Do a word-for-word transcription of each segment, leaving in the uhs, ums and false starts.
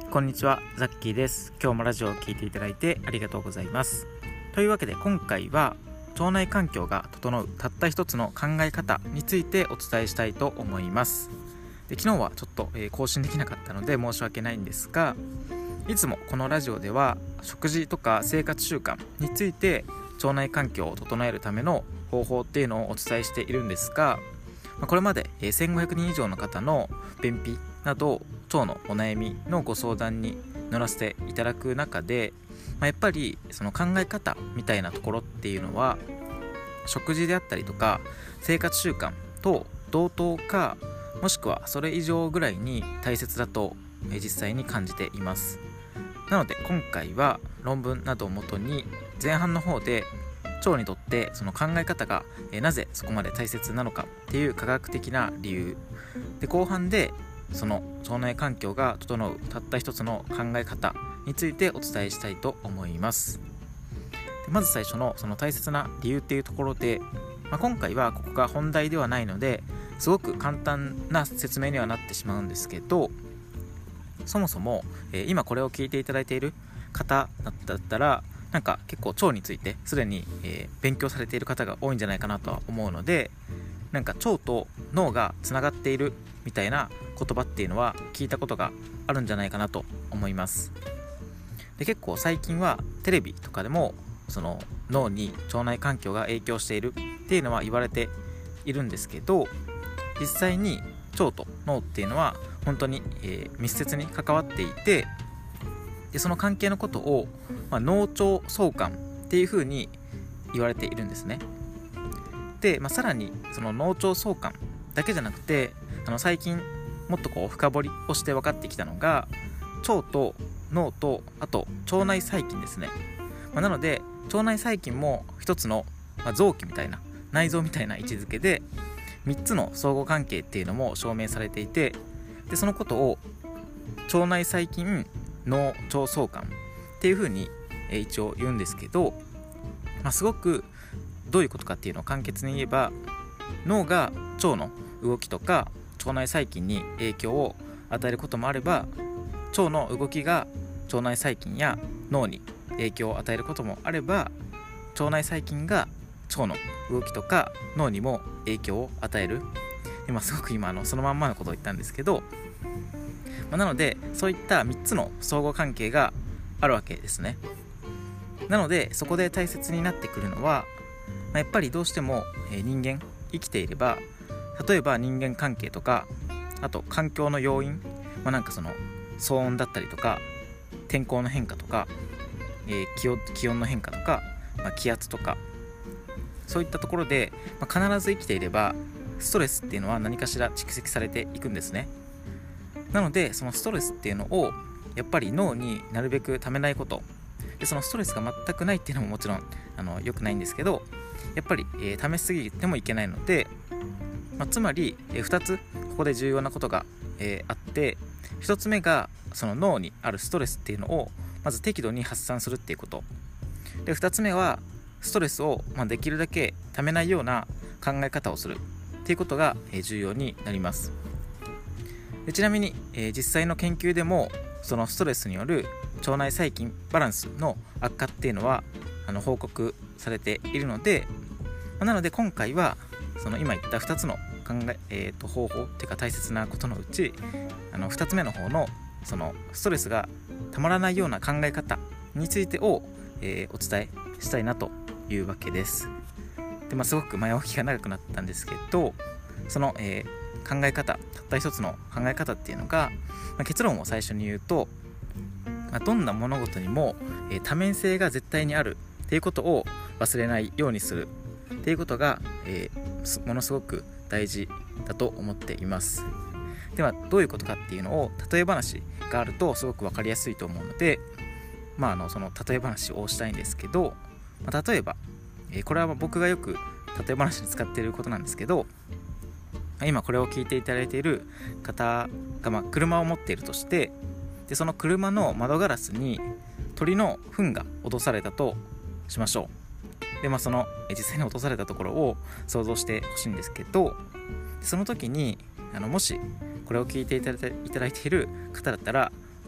こんにちは、ザッキーです。今日もラジオを聞いていただいてありがとうございます。というわけで今回は腸内環境が整うたった一つの考え方についてお伝えしたいと思います。で昨日はちょっと、えー、更新できなかったので申し訳ないんですが、いつもこのラジオでは食事とか生活習慣について腸内環境を整えるための方法っていうのをお伝えしているんですが、これまでせんごひゃくにん以上の方の便秘など腸のお悩みのご相談に乗らせていただく中で、まあ、やっぱりその考え方みたいなところっていうのは食事であったりとか生活習慣と同等か、もしくはそれ以上ぐらいに大切だと実際に感じています。なので今回は論文などをもとに前半の方で腸にとってその考え方がなぜそこまで大切なのかっていう科学的な理由で、後半でその腸内環境が整うたった一つの考え方についてお伝えしたいと思います。でまず最初のその大切な理由っていうところで、まあ、今回はここが本題ではないのですごく簡単な説明にはなってしまうんですけど、そもそも、えー、今これを聞いていただいている方だったらなんか結構腸についてすでに、えー、勉強されている方が多いんじゃないかなとは思うので、なんか腸と脳がつながっているみたいな言葉っていうのは聞いたことがあるんじゃないかなと思います。で結構最近はテレビとかでもその脳に腸内環境が影響しているっていうのは言われているんですけど、実際に腸と脳っていうのは本当に、えー、密接に関わっていて、でその関係のことを、まあ、脳腸相関っていうふうに言われているんですね。で、まあ、さらにその脳腸相関だけじゃなくて、あの最近もっとこう深掘りをして分かってきたのが腸と脳とあと腸内細菌ですね。まあ、なので腸内細菌も一つの、まあ、臓器みたいな内臓みたいな位置づけでみっつの相互関係っていうのも証明されていて、でそのことを腸内細菌脳腸相関っていう風に、えー、一応言うんですけど、まあ、すごくどういうことかっていうのを簡潔に言えば、脳が腸の動きとか腸内細菌に影響を与えることもあれば、腸の動きが腸内細菌や脳に影響を与えることもあれば、腸内細菌が腸の動きとか脳にも影響を与える。今すごく今あのそのまんまのことを言ったんですけど、まあ、なのでそういったみっつの相互関係があるわけですね。なのでそこで大切になってくるのは、まあ、やっぱりどうしても、えー、人間生きていれば、例えば人間関係とかあと環境の要因、まあ、なんかその騒音だったりとか天候の変化とか、えー、気温、気温の変化とか、まあ、気圧とかそういったところで、まあ、必ず生きていればストレスっていうのは何かしら蓄積されていくんですね。なのでそのストレスっていうのをやっぱり脳になるべくためないことで、そのストレスが全くないっていうのももちろんあの良くないんですけど、やっぱり、えー、溜めすぎてもいけないので、まあ、つまり、えー、ふたつここで重要なことが、えー、あって、ひとつめがその脳にあるストレスっていうのをまず適度に発散するっていうことで、ふたつめはストレスを、まあ、できるだけためないような考え方をするっていうことが、えー、重要になります。でちなみに、えー、実際の研究でもそのストレスによる腸内細菌バランスの悪化っていうのはあの報告されているので、なので今回はその今言ったふたつの考え、えー、と方法っていうか大切なことのうち、あのふたつめの方のそのストレスがたまらないような考え方についてを、えー、お伝えしたいなというわけです。で、まあ、すごく前置きが長くなったんですけど、その、えー考え方、たった一つの考え方っていうのが、まあ、結論を最初に言うと、まあ、どんな物事にも、えー、多面性が絶対にあるっていうことを忘れないようにするっていうことが、えー、ものすごく大事だと思っています。ではどういうことかっていうのを例え話があるとすごく分かりやすいと思うので、まあ、あのその例え話をしたいんですけど、まあ、例えば、えー、これは僕がよく例え話に使っていることなんですけど、今これを聞いていただいている方が、まあ、車を持っているとして、でその車の窓ガラスに鳥の糞が落とされたとしましょう。で、まあ、その実際に落とされたところを想像してほしいんですけど、その時にあのもしこれを聞いていただいている方だったら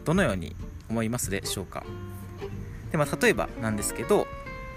どのように思いますでしょうか。で、まあ、例えばなんですけど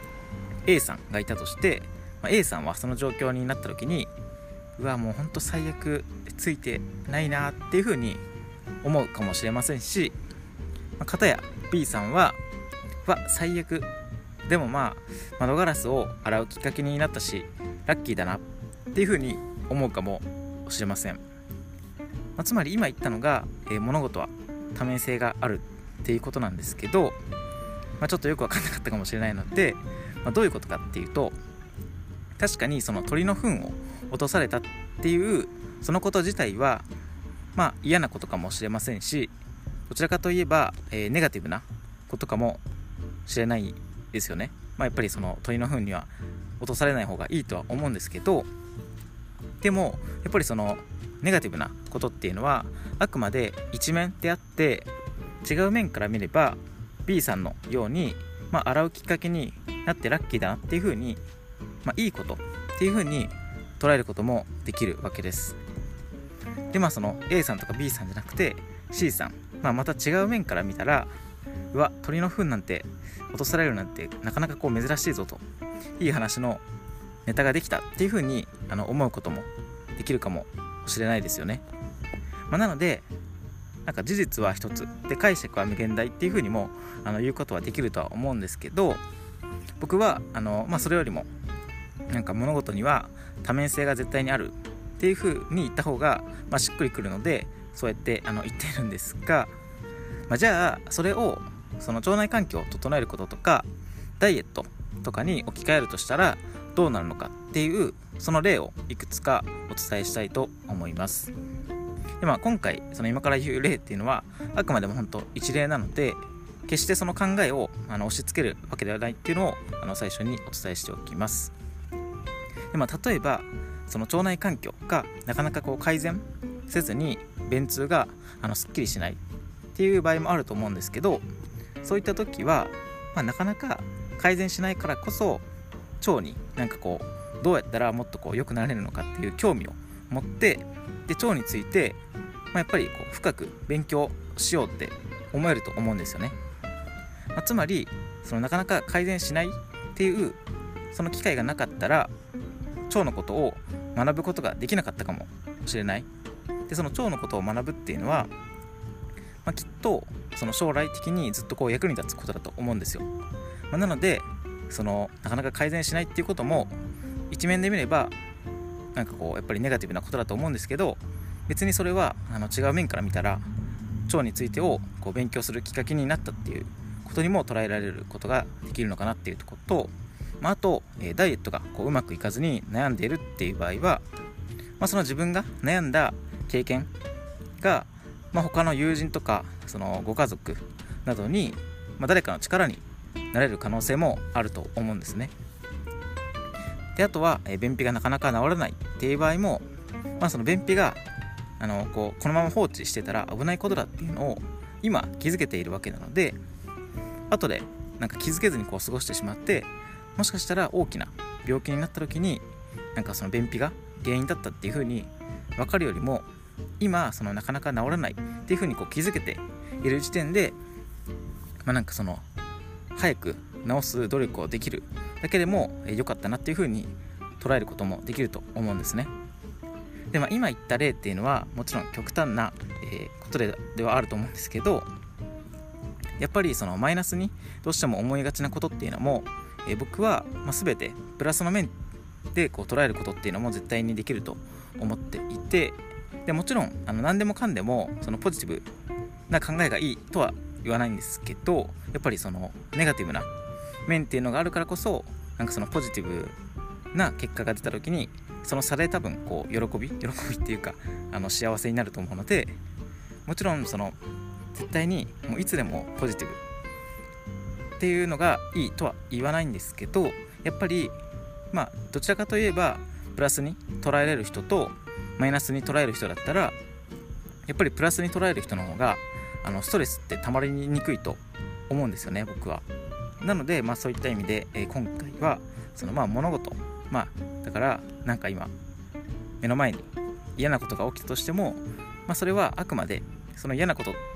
A さんがいたとして、まあ、A さんはその状況になった時にうわもうほんと最悪ついてないなっていう風に思うかもしれませんし、まあ、片や B さんはうわ最悪でもまあ窓ガラスを洗うきっかけになったしラッキーだなっていう風に思うかもしれません。まあ、つまり今言ったのが、えー、物事は多面性があるっていうことなんですけど、まあ、ちょっとよく分かんなかったかもしれないので、まあ、どういうことかっていうと、確かにその鳥の糞を落とされたっていうそのこと自体はまあ嫌なことかもしれませんし、どちらかといえば、えー、ネガティブなことかもしれないですよね。まあ、やっぱりその鳥の糞には落とされない方がいいとは思うんですけど、でもやっぱりそのネガティブなことっていうのはあくまで一面であって、違う面から見れば B さんのように、まあ、洗うきっかけになってラッキーだなっていう風に、まあ、いいことっていう風に捉えることもできるわけです。で、まあその A さんとか B さんじゃなくて C さん、まあ、また違う面から見たら、うわ鳥の糞なんて落とされるなんてなかなかこう珍しいぞと、いい話のネタができたっていう風にあの思うこともできるかもしれないですよね。まあ、なのでなんか事実は一つで解釈は無限大っていう風にもあの言うことはできるとは思うんですけど、僕はあの、まあ、それよりもなんか物事には多面性が絶対にあるっていう風に言った方が、まあ、しっくりくるのでそうやってあの言っているんですが、まあ、じゃあそれをその腸内環境を整えることとかダイエットとかに置き換えるとしたらどうなるのかっていうその例をいくつかお伝えしたいと思います。で、まあ、今回その今から言う例っていうのはあくまでも本当一例なので、決してその考えをあの押し付けるわけではないっていうのをあの最初にお伝えしておきます。で、まあ、例えばその腸内環境がなかなかこう改善せずに便通があのすっきりしないっていう場合もあると思うんですけど、そういった時は、まあ、なかなか改善しないからこそ腸になんかこうどうやったらもっとこう良くなれるのかっていう興味を持って、で腸について、まあ、やっぱりこう深く勉強しようって思えると思うんですよね。まあ、つまりそのなかなか改善しないっていうその機会がなかったら腸のことを学ぶことができなかったかもしれない。で、その腸のことを学ぶっていうのは、まあ、きっとその将来的にずっとこう役に立つことだと思うんですよ。まあ、なのでそのなかなか改善しないっていうことも一面で見ればなんかこうやっぱりネガティブなことだと思うんですけど、別にそれはあの違う面から見たら腸についてをこう勉強するきっかけになったっていうことにも捉えられることができるのかなっていうところと、まあ、あと、えー、ダイエットがこううまくいかずに悩んでいるっていう場合は、まあ、その自分が悩んだ経験が、まあ、他の友人とかそのご家族などに、まあ、誰かの力になれる可能性もあると思うんですね。で、あとは、えー、便秘がなかなか治らないっていう場合も、まあ、その便秘があのこうこのまま放置してたら危ないことだっていうのを今気づけているわけなので、後でなんか気づけずにこう過ごしてしまって、もしかしたら大きな病気になった時になんかその便秘が原因だったっていう風に分かるよりも、今そのなかなか治らないっていう風にこう気づけている時点で、まあ、なんかその早く治す努力をできるだけでも良かったなっていう風に捉えることもできると思うんですね。で、まあ、今言った例っていうのはもちろん極端な、えー、ことで、ではあると思うんですけど、やっぱりそのマイナスにどうしても思いがちなことっていうのも、えー、僕は、まあ、全てプラスの面でこう捉えることっていうのも絶対にできると思っていて、でもちろんあの何でもかんでもそのポジティブな考えがいいとは言わないんですけど、やっぱりそのネガティブな面っていうのがあるからこそ、なんかそのポジティブな結果が出た時にその差で多分こう喜び喜びっていうかあの幸せになると思うので、もちろんその絶対にもういつでもポジティブっていうのがいいとは言わないんですけど、やっぱりまあどちらかといえばプラスに捉えられる人とマイナスに捉える人だったら、やっぱりプラスに捉える人の方があのストレスって溜まりにくいと思うんですよね、僕は。なので、まあ、そういった意味で、えー、今回はそのまあ物事、まあだからなんか今目の前に嫌なことが起きたとしても、まあ、それはあくまでその嫌なこと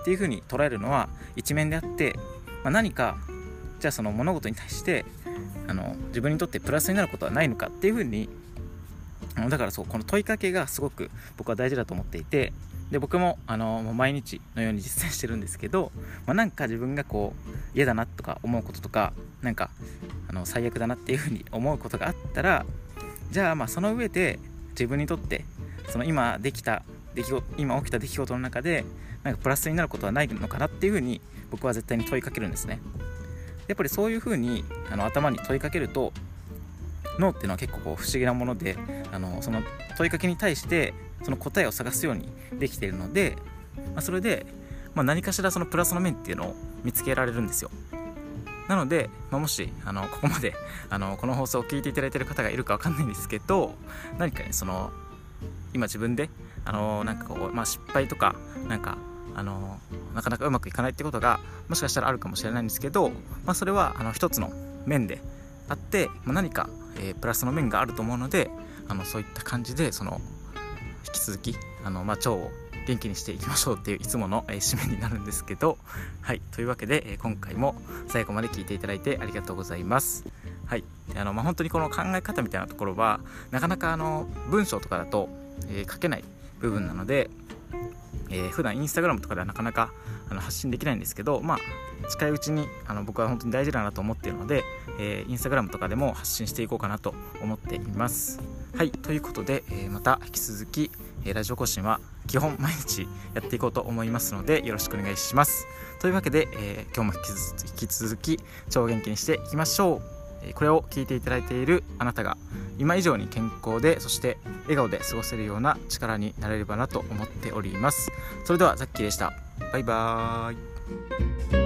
っていう風に捉えるのは一面であって、まあ、何かじゃあその物事に対してあの自分にとってプラスになることはないのかっていう風に、だからそうこの問いかけがすごく僕は大事だと思っていて、で僕もあのもう毎日のように実践してるんですけど、まあ、なんか自分がこう嫌だなとか思うこととか、なんかあの最悪だなっていう風に思うことがあったら、じゃあまあその上で自分にとってその今できた出来事今起きた出来事の中でなんかプラスになることはないのかなっていう風に僕は絶対に問いかけるんですね。やっぱりそういう風にあの頭に問いかけると、脳っていうのは結構こう不思議なもので、あのその問いかけに対してその答えを探すようにできているので、まあ、それで、まあ、何かしらそのプラスの面っていうのを見つけられるんですよ。なので、まあ、もしあのここまであのこの放送を聞いていただいている方がいるか分かんないんですけど、何かねその今自分であのなんかこう、まあ、失敗とかなんかあのなかなかうまくいかないってことがもしかしたらあるかもしれないんですけど、まあ、それはあの一つの面であって、まあ、何か、えー、プラスの面があると思うので、あのそういった感じでその引き続きあの、まあ、腸を元気にしていきましょうっていういつもの、えー、締めになるんですけど、はい、というわけで、えー、今回も最後まで聞いていただいてありがとうございます。はい、あのまあ、本当にこの考え方みたいなところはなかなかあの文章とかだと、えー、書けない部分なので、えー、普段インスタグラムとかではなかなかあの発信できないんですけど、まあ、近いうちにあの僕は本当に大事だなと思っているので、えー、インスタグラムとかでも発信していこうかなと思っています。はい、ということで、えー、また引き続き、えー、ラジオ更新は基本毎日やっていこうと思いますのでよろしくお願いします。というわけで、えー、今日も引き続き超元気にしていきましょう。これを聞いていただいているあなたが今以上に健康で、そして笑顔で過ごせるような力になれればなと思っております。それではザッキーでした。バイバーイ。